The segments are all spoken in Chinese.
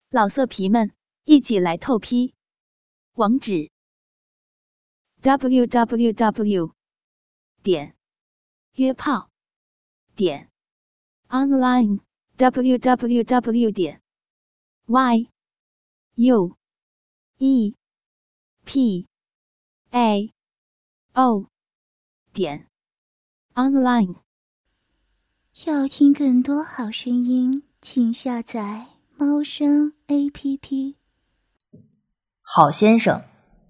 老色皮们，一起来透批！网址 www.约炮online www.yuepao.online。 要听更多好声音，请下载猫声 APP。 好先生。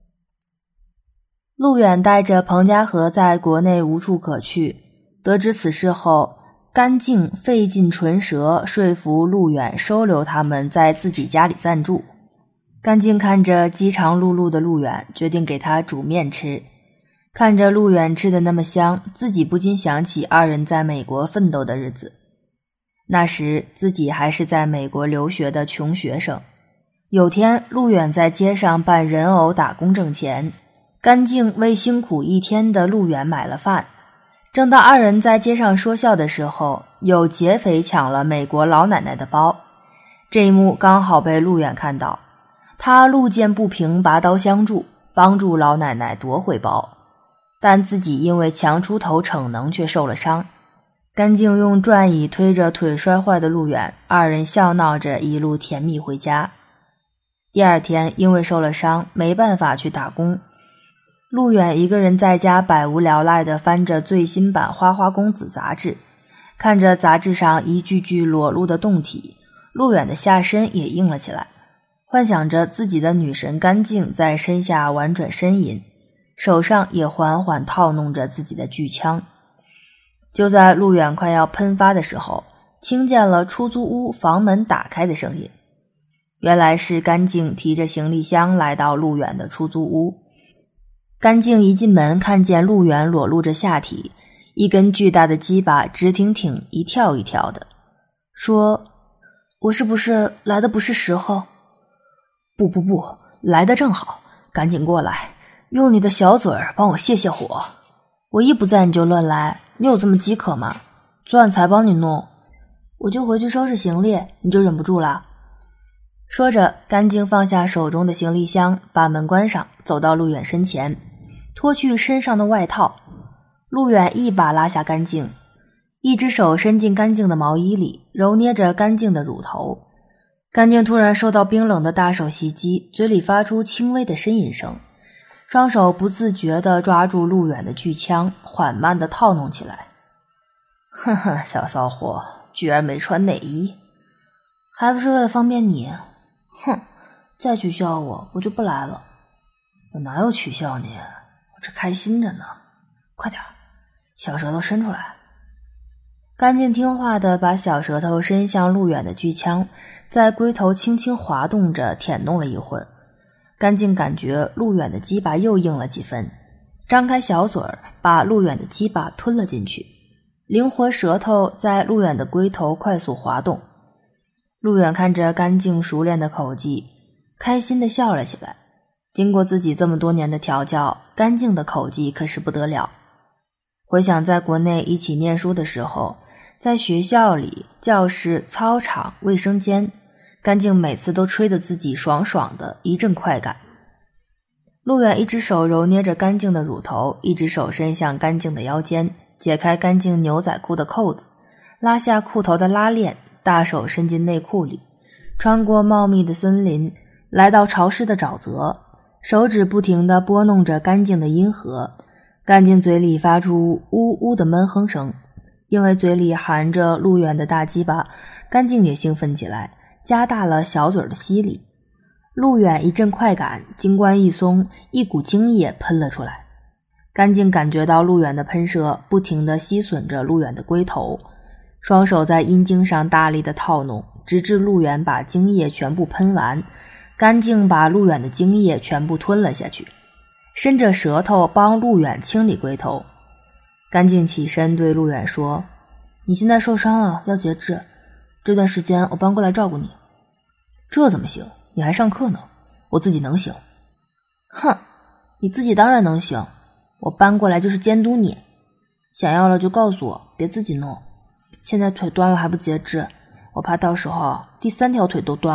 陆远带着彭家河在国内无处可去，得知此事后，甘静费尽唇舌说服陆远收留他们在自己家里暂住。甘静看着饥肠辘辘的陆远，决定给他煮面吃。看着陆远吃得那么香，自己不禁想起二人在美国奋斗的日子。那时自己还是在美国留学的穷学生。有天，陆远在街上扮人偶打工挣钱，甘静为辛苦一天的陆远买了饭。正当二人在街上说笑的时候，有劫匪抢了美国老奶奶的包。这一幕刚好被陆远看到，他路见不平拔刀相助，帮助老奶奶夺回包，但自己因为强出头逞能却受了伤。甘静用转椅推着腿摔坏的陆远，二人笑闹着一路甜蜜回家。第二天因为受了伤没办法去打工，陆远一个人在家百无聊赖地翻着最新版《花花公子》杂志，看着杂志上一句句裸露的动体，陆远的下身也硬了起来，幻想着自己的女神甘静在身下婉转呻吟，手上也缓缓套弄着自己的巨枪。就在陆远快要喷发的时候，听见了出租屋房门打开的声音。原来是甘静提着行李箱来到陆远的出租屋。甘静一进门看见陆远裸露着下体，一根巨大的鸡巴直挺挺一跳一跳的，说：我是不是来的不是时候？不，来的正好，赶紧过来，用你的小嘴儿帮我泄泄火。我一不在你就乱来，你有这么饥渴吗？昨晚才帮你弄，我就回去收拾行李，你就忍不住了。说着，甘静放下手中的行李箱，把门关上，走到陆远身前，脱去身上的外套。陆远一把拉下甘静，一只手伸进甘静的毛衣里，揉捏着甘静的乳头。甘静突然受到冰冷的大手袭击，嘴里发出轻微的呻吟声，双手不自觉地抓住陆远的巨枪，缓慢地套弄起来。哼哼，小骚货，居然没穿内衣，还不是为了方便你？哼，再取笑我就不来了。我哪有取笑你，我这开心着呢。快点，小舌头伸出来。甘静听话地把小舌头伸向陆远的巨枪，在龟头轻轻滑动着舔弄了一会儿。甘静感觉陆远的鸡巴又硬了几分，张开小嘴儿把陆远的鸡巴吞了进去，灵活舌头在陆远的龟头快速滑动。陆远看着甘静熟练的口技，开心地笑了起来。经过自己这么多年的调教，甘静的口技可是不得了。回想在国内一起念书的时候，在学校里、教室、操场、卫生间，甘静每次都吹得自己爽爽的，一阵快感。陆远一只手揉捏着甘静的乳头，一只手伸向甘静的腰间，解开甘静牛仔裤的扣子，拉下裤头的拉链，大手伸进内裤里，穿过茂密的森林，来到潮湿的沼泽，手指不停地拨弄着甘静的阴核。甘静嘴里发出呜呜的闷哼声，因为嘴里含着陆远的大鸡巴，甘静也兴奋起来，加大了小嘴的吸力。陆远一阵快感，精关一松，一股精液喷了出来。甘静感觉到陆远的喷射，不停地吸吮着陆远的龟头，双手在阴茎上大力的套弄，直至陆远把精液全部喷完。甘静把陆远的精液全部吞了下去，伸着舌头帮陆远清理龟头。甘静起身对陆远说：你现在受伤了，要节制，这段时间我搬过来照顾你。这怎么行？你还上课呢，我自己能行。哼，你自己当然能行，我搬过来就是监督你，想要了就告诉我，别自己弄。现在腿断了还不节制，我怕到时候第3条腿都断了，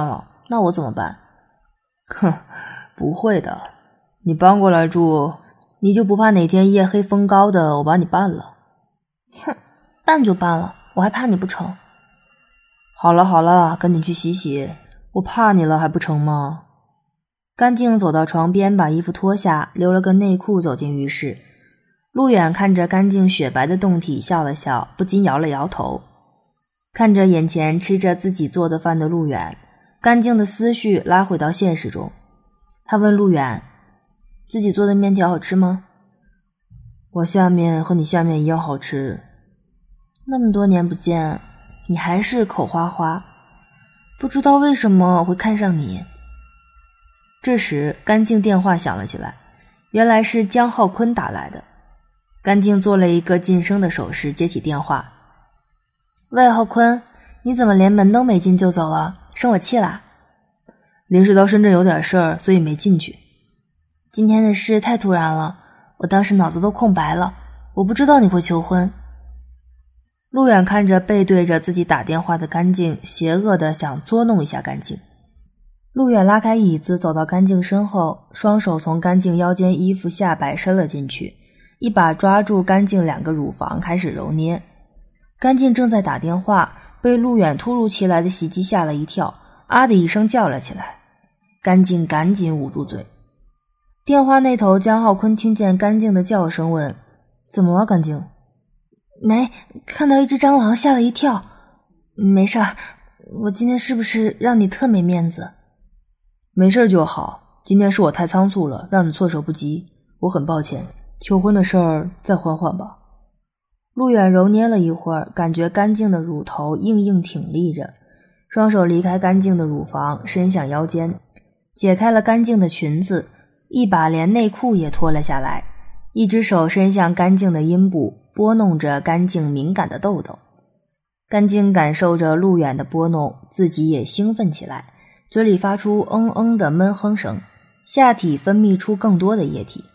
那我怎么办？哼，不会的，你搬过来住，你就不怕哪天夜黑风高的我把你办了？ 哼，办就办了，我还怕你不成？ 好了好了，赶紧去洗洗，我怕你了还不成吗？干净走到床边，把衣服脱下，留了个内裤走进浴室。陆远看着干净雪白的胴体笑了笑，不禁摇了摇头。看着眼前吃着自己做的饭的陆远，干净的思绪拉回到现实中。他问陆远，自己做的面条好吃吗？我下面和你下面一样好吃。那么多年不见，你还是口花花，不知道为什么我会看上你。这时干净电话响了起来，原来是江浩坤打来的。干净做了一个噤声的手势，接起电话。喂，浩坤，你怎么连门都没进就走了？生我气啦？临时到深圳有点事儿，所以没进去。今天的事太突然了，我当时脑子都空白了，我不知道你会求婚。陆远看着背对着自己打电话的干净，邪恶的想捉弄一下干净。陆远拉开椅子走到干净身后，双手从干净腰间衣服下摆伸了进去，一把抓住干净2个乳房开始揉捏。干净正在打电话，被陆远突如其来的袭击吓了一跳，啊的一声叫了起来。干净赶紧捂住嘴。电话那头江浩坤听见干净的叫声问，怎么了干净？ 没，看到一只蟑螂吓了一跳。没事儿，我今天是不是让你特没面子？ 没事就好，今天是我太仓促了，让你措手不及，我很抱歉，求婚的事儿再缓缓吧。陆远揉捏了一会儿，感觉干净的乳头硬硬挺立着，双手离开干净的乳房，伸向腰间，解开了干净的裙子，一把连内裤也脱了下来，一只手伸向干净的阴部，拨弄着干净敏感的痘痘。干净感受着陆远的拨弄，自己也兴奋起来，嘴里发出嗯嗯的闷哼声，下体分泌出更多的液体。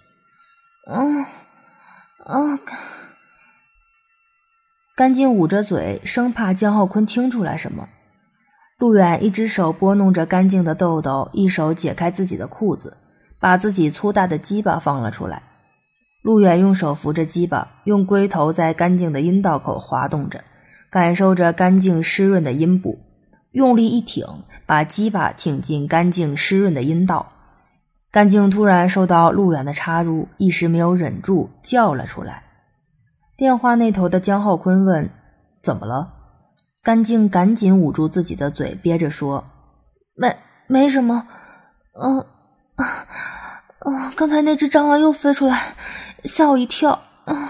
干净捂着嘴，生怕江浩坤听出来什么。陆远一只手拨弄着干净的痘痘，一手解开自己的裤子，把自己粗大的鸡巴放了出来。陆远用手扶着鸡巴，用龟头在干净的阴道口滑动着，感受着干净湿润的阴部，用力一挺，把鸡巴挺进干净湿润的阴道。干净突然受到陆远的插入，一时没有忍住，叫了出来。电话那头的江浩坤问，怎么了？干净赶紧捂住自己的嘴，憋着说，没什么。刚才那只蟑螂又飞出来，吓我一跳。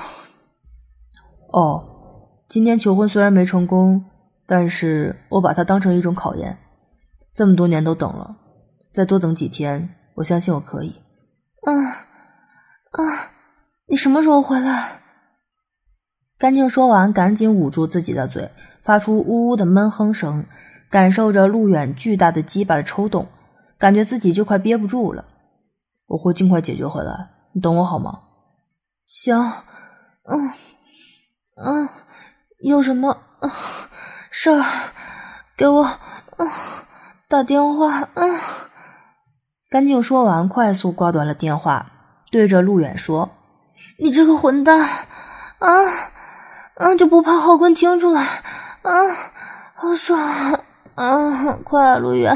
今天求婚虽然没成功，但是我把它当成一种考验。这么多年都等了，再多等几天，我相信我可以。 你什么时候回来？ 干净说完，赶紧捂住自己的嘴，发出呜呜的闷哼声，感受着陆远巨大的鸡巴的抽动，感觉自己就快憋不住了。我会尽快解决回来，你等我好吗？ 行。有什么事儿给我打电话。 干净说完，快速挂断了电话，对着陆远说， 你这个混蛋就不怕浩坤听出来好爽快陆远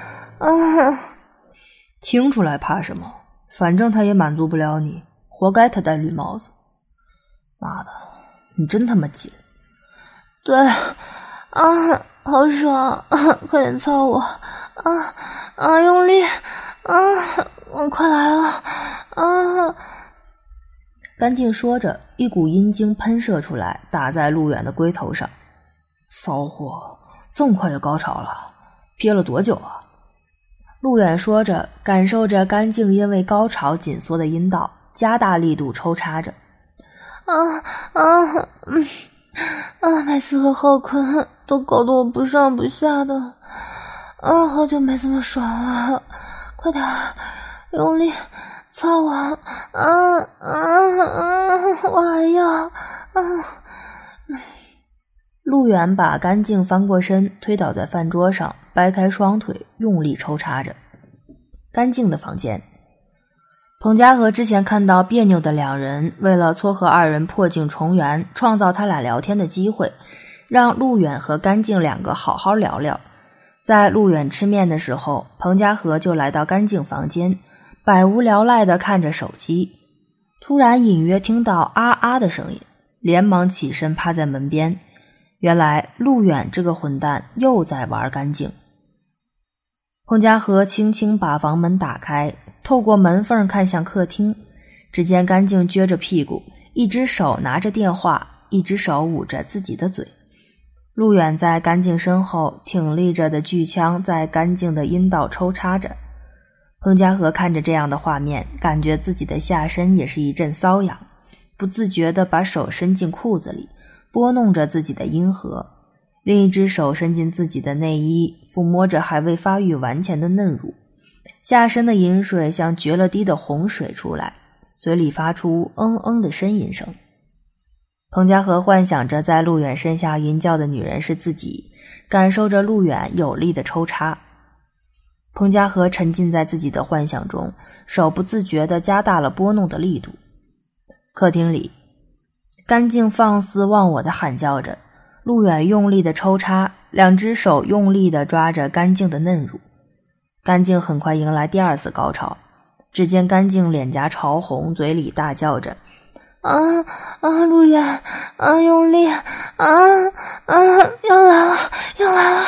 听出来怕什么？反正他也满足不了你，活该他戴绿帽子。妈的，你真他妈紧。 对好爽快点操我用力快来了干净说着，一股阴茎喷射出来，打在陆远的龟头上。骚货，这么快就高潮了，憋了多久啊？陆远说着，感受着干净因为高潮紧缩的阴道，加大力度抽插着。 每次和浩坤都搞得我不上不下的好久没这么爽了，快点用力操我我还要陆远把甘静翻过身，推倒在饭桌上，掰开双腿，用力抽插着。甘静的房间，彭家和之前看到别扭的两人，为了撮合二人破镜重圆，创造他俩聊天的机会，让陆远和甘静两个好好聊聊。在陆远吃面的时候，彭家和就来到甘静房间，百无聊赖地看着手机，突然隐约听到啊啊的声音，连忙起身趴在门边。原来陆远这个混蛋又在玩甘静。彭家和轻轻把房门打开，透过门缝看向客厅，只见甘静撅着屁股，一只手拿着电话，一只手捂着自己的嘴。陆远在甘静身后挺立着的巨枪在甘静的阴道抽插着。彭家和看着这样的画面，感觉自己的下身也是一阵瘙痒，不自觉地把手伸进裤子里，拨弄着自己的阴核，另一只手伸进自己的内衣，抚摸着还未发育完全的嫩乳，下身的饮水像决了堤的洪水出来，嘴里发出嗯嗯的呻吟声。彭家和幻想着在陆远身下吟叫的女人是自己，感受着陆远有力的抽插。彭家和沉浸在自己的幻想中，手不自觉地加大了拨弄的力度。客厅里，甘静放肆忘我地喊叫着，陆远用力的抽插，两只手用力地抓着甘静的嫩乳。甘静很快迎来第二次高潮，只见甘静脸颊潮红，嘴里大叫着陆远用力又来了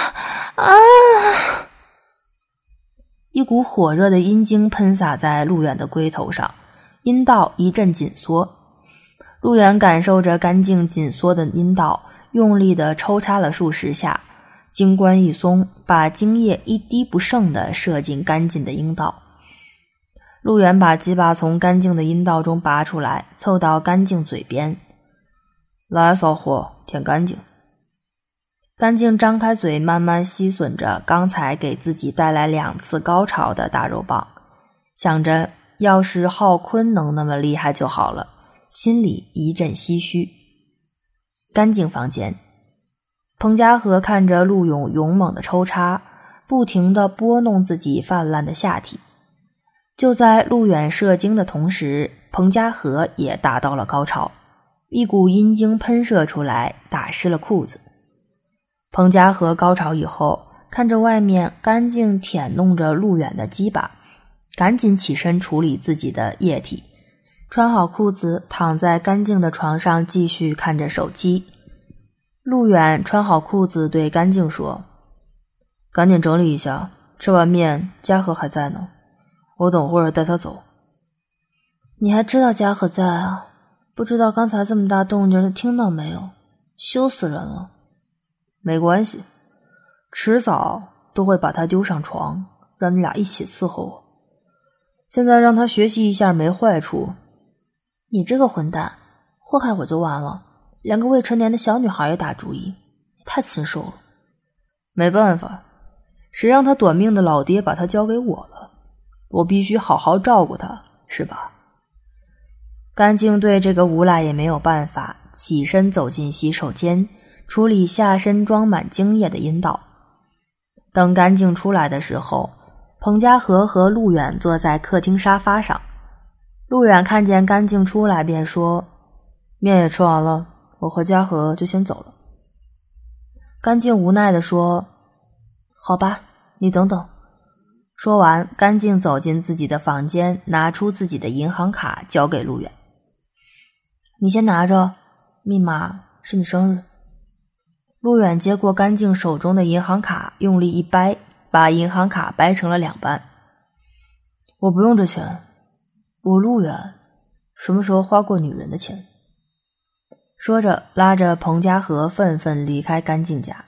一股火热的阴茎喷洒在陆远的龟头上，阴道一阵紧缩。陆远感受着干净紧缩的阴道，用力地抽插了数十下，精关一松，把精液一滴不剩地射进干净的阴道。陆远把鸡巴从干净的阴道中拔出来，凑到干净嘴边，来骚货，舔干净。干净张开嘴，慢慢吸吮着刚才给自己带来2次高潮的大肉棒，想着要是浩坤能那么厉害就好了，心里一阵唏嘘。干净房间，彭家和看着陆勇勇猛的抽插，不停地拨弄自己泛滥的下体。就在陆远射精的同时，彭家和也达到了高潮，一股阴茎喷射出来，打湿了裤子。彭家和高潮以后，看着外面干净舔弄着陆远的鸡巴，赶紧起身处理自己的液体，穿好裤子躺在干净的床上继续看着手机。陆远穿好裤子对干净说，赶紧整理一下，吃完面家和还在呢，我等会儿带他走。 你还知道家和在啊？不知道刚才这么大动静他听到没有？羞死人了。 没关系，迟早都会把他丢上床，让你俩一起伺候我。现在让他学习一下没坏处。 你这个混蛋，祸害我就完了，连个未成年的小女孩也打主意，你太禽兽了。 没办法，谁让他短命的老爹把他交给我了，我必须好好照顾他，是吧？干净对这个无赖也没有办法，起身走进洗手间，处理下身装满精液的阴道。等干净出来的时候，彭家和和陆远坐在客厅沙发上。陆远看见干净出来便说，面也吃完了，我和家和就先走了。干净无奈地说，好吧，你等等。说完，干净走进自己的房间，拿出自己的银行卡交给陆远。你先拿着，密码是你生日。陆远接过干净手中的银行卡，用力一掰，把银行卡掰成了2半。我不用这钱，我陆远什么时候花过女人的钱？说着拉着彭家和愤愤离开干净家。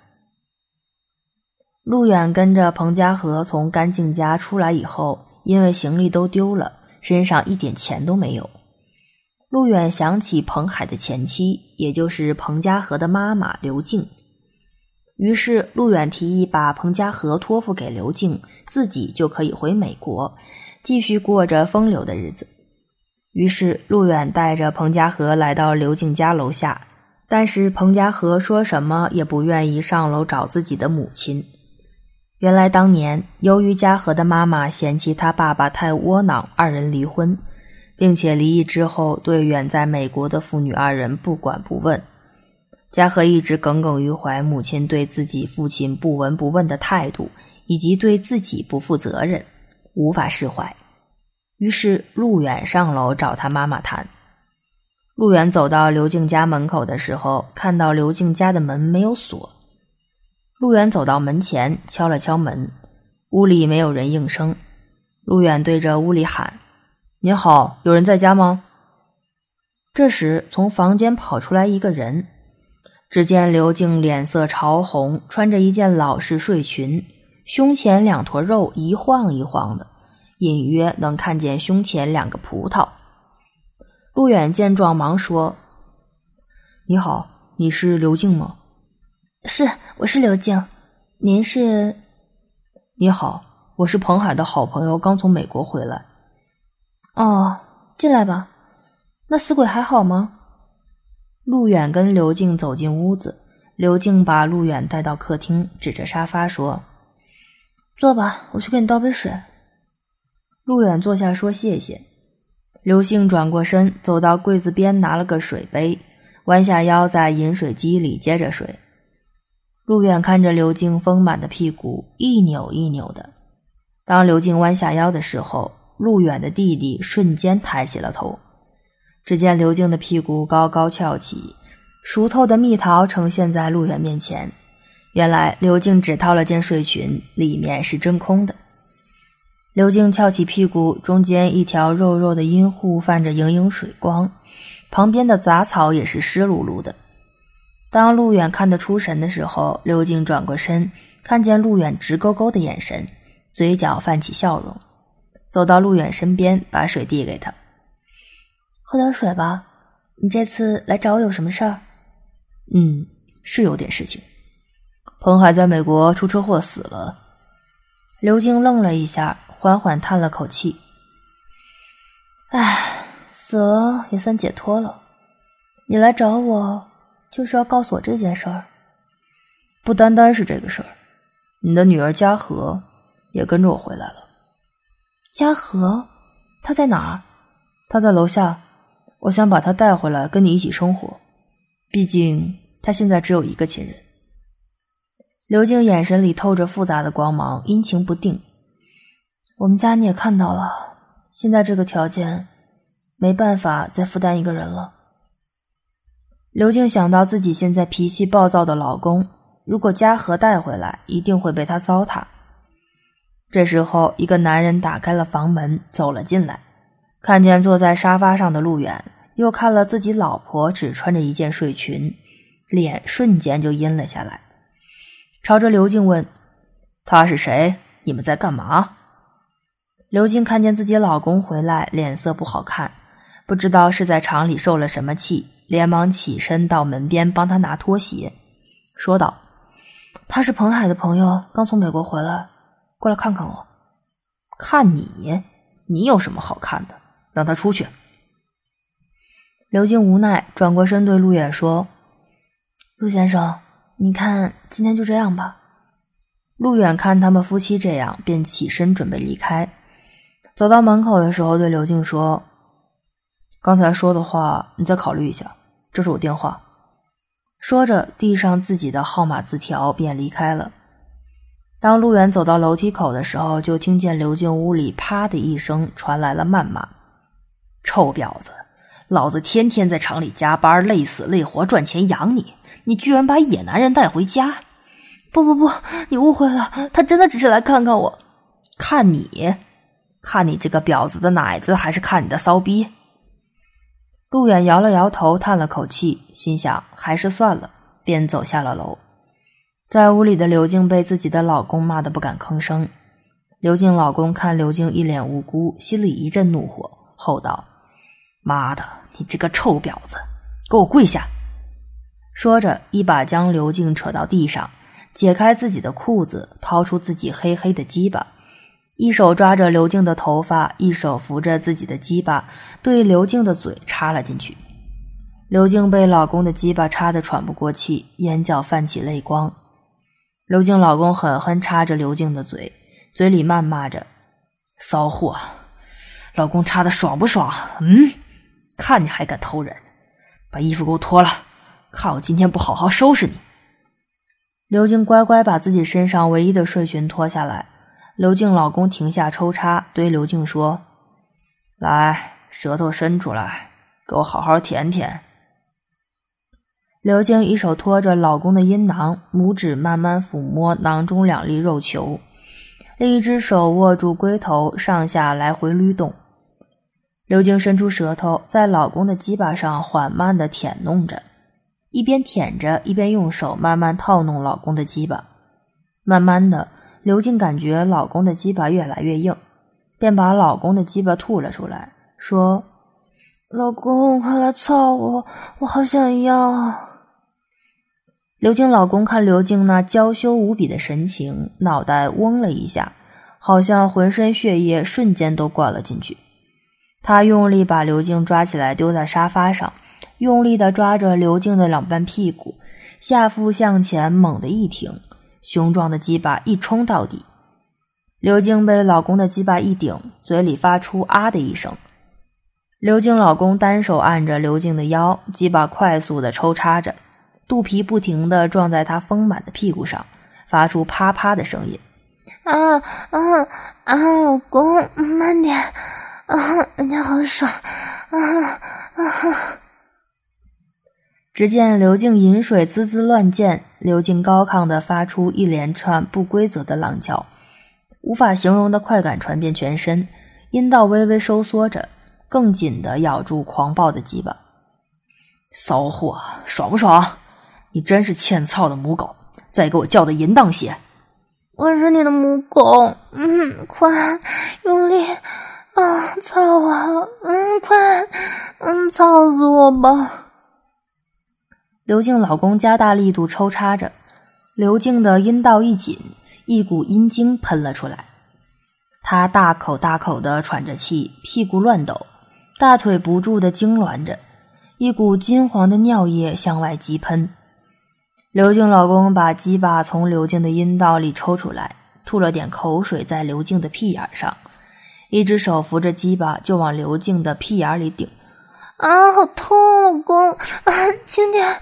陆远跟着彭家和从干净家出来以后，因为行李都丢了，身上一点钱都没有。陆远想起彭海的前妻，也就是彭家和的妈妈刘静，于是陆远提议把彭家和托付给刘静，自己就可以回美国，继续过着风流的日子。于是陆远带着彭家和来到刘静家楼下， 但是彭家河说什么也不愿意上楼找自己的母亲。原来当年由于家和的妈妈嫌弃他爸爸太窝囊，二人离婚，并且离异之后对远在美国的父女二人不管不问。家和一直耿耿于怀母亲对自己父亲不闻不问的态度，以及对自己不负责任，无法释怀。于是陆远上楼找他妈妈谈。陆远走到刘静家门口的时候，看到刘静家的门没有锁。陆远走到门前敲了敲门，屋里没有人应声。陆远对着屋里喊：您好，有人在家吗？这时从房间跑出来一个人，只见刘静脸色潮红，穿着一件老式睡裙，胸前两坨肉一晃一晃的，隐约能看见胸前两个葡萄。陆远见状忙说：你好，你是刘静吗？ 是，我是刘静。您是？ 你好，我是彭海的好朋友，刚从美国回来。 哦，进来吧。那死鬼还好吗？ 陆远跟刘静走进屋子，刘静把陆远带到客厅，指着沙发说： 坐吧，我去给你倒杯水。 陆远坐下说谢谢。刘静转过身，走到柜子边拿了个水杯，弯下腰在饮水机里接着水。陆远看着刘静丰满的屁股一扭一扭的，当刘静弯下腰的时候，陆远的弟弟瞬间抬起了头。只见刘静的屁股高高翘起，熟透的蜜桃呈现在陆远面前。原来刘静只套了件睡裙，里面是真空的。刘静翘起屁股，中间一条肉肉的阴户泛着莹莹水光，旁边的杂草也是湿漉漉的。当陆远看得出神的时候，刘静转过身，看见陆远直勾勾的眼神，嘴角泛起笑容，走到陆远身边，把水递给他。 喝点水吧，你这次来找我有什么事儿？ 是有点事情。彭海在美国出车祸死了。刘静愣了一下，缓缓叹了口气。 唉，死了也算解脱了。你来找我就是要告诉我这件事儿？ 不单单是这个事儿，你的女儿嘉禾也跟着我回来了。 嘉禾？她在哪儿？ 她在楼下，我想把她带回来跟你一起生活，毕竟她现在只有一个亲人。刘静眼神里透着复杂的光芒，阴晴不定。 我们家你也看到了，现在这个条件没办法再负担一个人了。 刘静想到自己现在脾气暴躁的老公，如果嘉禾带回来一定会被他糟蹋。这时候一个男人打开了房门走了进来，看见坐在沙发上的陆远，又看了自己老婆只穿着一件睡裙，脸瞬间就阴了下来，朝着刘静问：他是谁？你们在干嘛？刘静看见自己老公回来，脸色不好看，不知道是在厂里受了什么气，连忙起身到门边帮他拿拖鞋，说道： 他是彭海的朋友，刚从美国回来，过来看看我。 看你？你有什么好看的？让他出去。刘静无奈转过身对陆远说： 陆先生，你看今天就这样吧。 陆远看他们夫妻这样，便起身准备离开。走到门口的时候对刘静说：刚才说的话你再考虑一下，这是我电话。说着递上自己的号码字条便离开了。当陆远走到楼梯口的时候，就听见刘静屋里啪的一声传来了谩骂：臭婊子，老子天天在厂里加班，累死累活赚钱养你，你居然把野男人带回家。 不，你误会了，他真的只是来看看我。 看你？看你这个婊子的奶子，还是看你的骚逼？陆远摇了摇头，叹了口气，心想还是算了，便走下了楼。在屋里的刘静被自己的老公骂得不敢吭声。刘静老公看刘静一脸无辜，心里一阵怒火，吼道：妈的，你这个臭婊子，给我跪下！说着一把将刘静扯到地上，解开自己的裤子，掏出自己黑黑的鸡巴，一手抓着刘静的头发，一手扶着自己的鸡巴，对刘静的嘴插了进去。 刘静被老公的鸡巴插得喘不过气，眼角泛起泪光。刘静老公狠狠插着刘静的嘴，嘴里谩骂着：骚货，老公插得爽不爽？看你还敢偷人，把衣服给我脱了，看我今天不好好收拾你。刘静乖乖把自己身上唯一的睡裙脱下来，刘静老公停下抽插，对刘静说：来，舌头伸出来，给我好好舔舔。刘静一手托着老公的阴囊，拇指慢慢抚摸囊中2粒肉球，另一只手握住龟头，上下来回捋动。刘静伸出舌头，在老公的鸡巴上缓慢地舔弄着，一边舔着，一边用手慢慢套弄老公的鸡巴。慢慢的，刘静感觉老公的鸡巴越来越硬，便把老公的鸡巴吐了出来，说：老公，快来操我，我好想要。刘静老公看刘静那娇羞无比的神情，脑袋嗡了一下，好像浑身血液瞬间都灌了进去。他用力把刘静抓起来丢在沙发上，用力地抓着刘静的2半屁股，下腹向前猛地一挺，雄壮的鸡巴一冲到底。刘静被老公的鸡巴一顶，嘴里发出啊的一声。刘静老公单手按着刘静的腰，鸡巴快速地抽插着，肚皮不停地撞在她丰满的屁股上，发出啪啪的声音。老公，慢点，人家好爽，只见刘静饮水滋滋乱溅，刘静高亢地发出一连串不规则的浪叫，无法形容的快感传遍全身，阴道微微收缩着，更紧地咬住狂暴的鸡巴。骚货，爽不爽？你真是欠操的母狗，再给我叫的淫荡些。我是你的母狗，快用力操我，快，操死我吧。刘静老公加大力度抽插着，刘静的阴道一紧，一股阴精喷了出来。她大口大口地喘着气，屁股乱抖，大腿不住地痉挛着，一股金黄的尿液向外急喷。刘静老公把鸡巴从刘静的阴道里抽出来，吐了点口水在刘静的屁眼上，一只手扶着鸡巴就往刘静的屁眼里顶。好痛，老公，轻点，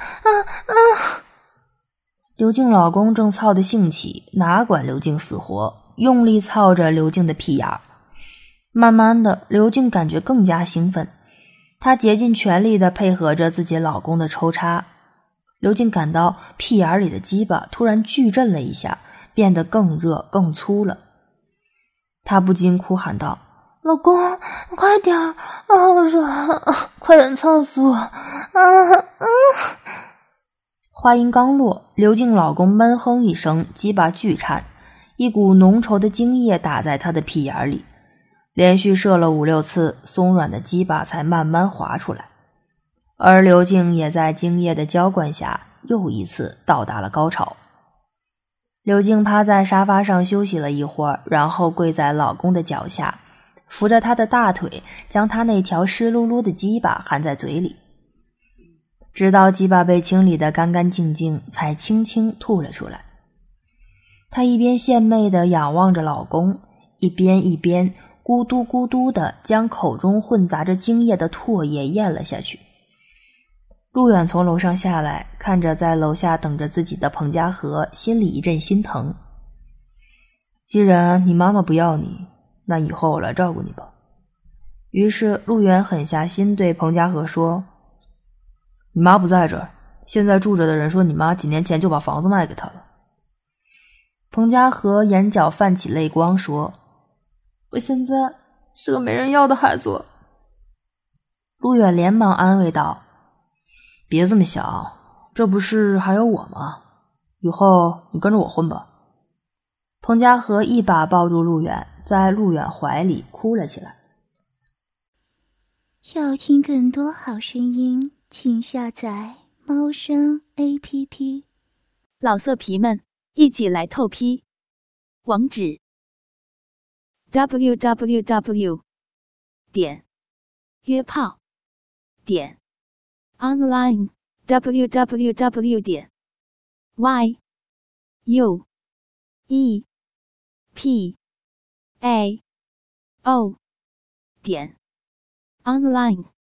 刘静老公正操得兴起，哪管刘静死活，用力操着刘静的屁眼。慢慢的，刘静感觉更加兴奋，她竭尽全力地配合着自己老公的抽插。刘静感到屁眼里的鸡巴突然剧震了一下，变得更热更粗了。她不禁哭喊道：老公，快点，好爽，快点操死我！话音刚落，刘静老公闷哼一声，鸡巴巨颤，一股浓稠的精液打在他的屁眼里，连续射了5-6次，松软的鸡巴才慢慢滑出来。而刘静也在精液的浇灌下又一次到达了高潮。刘静趴在沙发上休息了一会儿，然后跪在老公的脚下，扶着他的大腿，将他那条湿漉漉的鸡巴含在嘴里，直到鸡巴被清理得干干净净，才轻轻吐了出来。她一边献媚地仰望着老公，一边咕嘟咕嘟地将口中混杂着精液的唾液咽了下去。陆远从楼上下来，看着在楼下等着自己的彭家和，心里一阵心疼。既然你妈妈不要你，那以后我来照顾你吧。于是陆远狠下心对彭家和说：你妈不在这儿，现在住着的人说你妈几年前就把房子卖给他了。彭家和眼角泛起泪光说：我现在是个没人要的孩子。陆远连忙安慰道：别这么想，这不是还有我吗？以后你跟着我混吧。彭家和一把抱住陆远，在陆远怀里哭了起来。 要听更多好声音，请下载猫声 APP。 老色皮们，一起来透批！网址 www.约炮 online www 点 y u e p a o 点 online。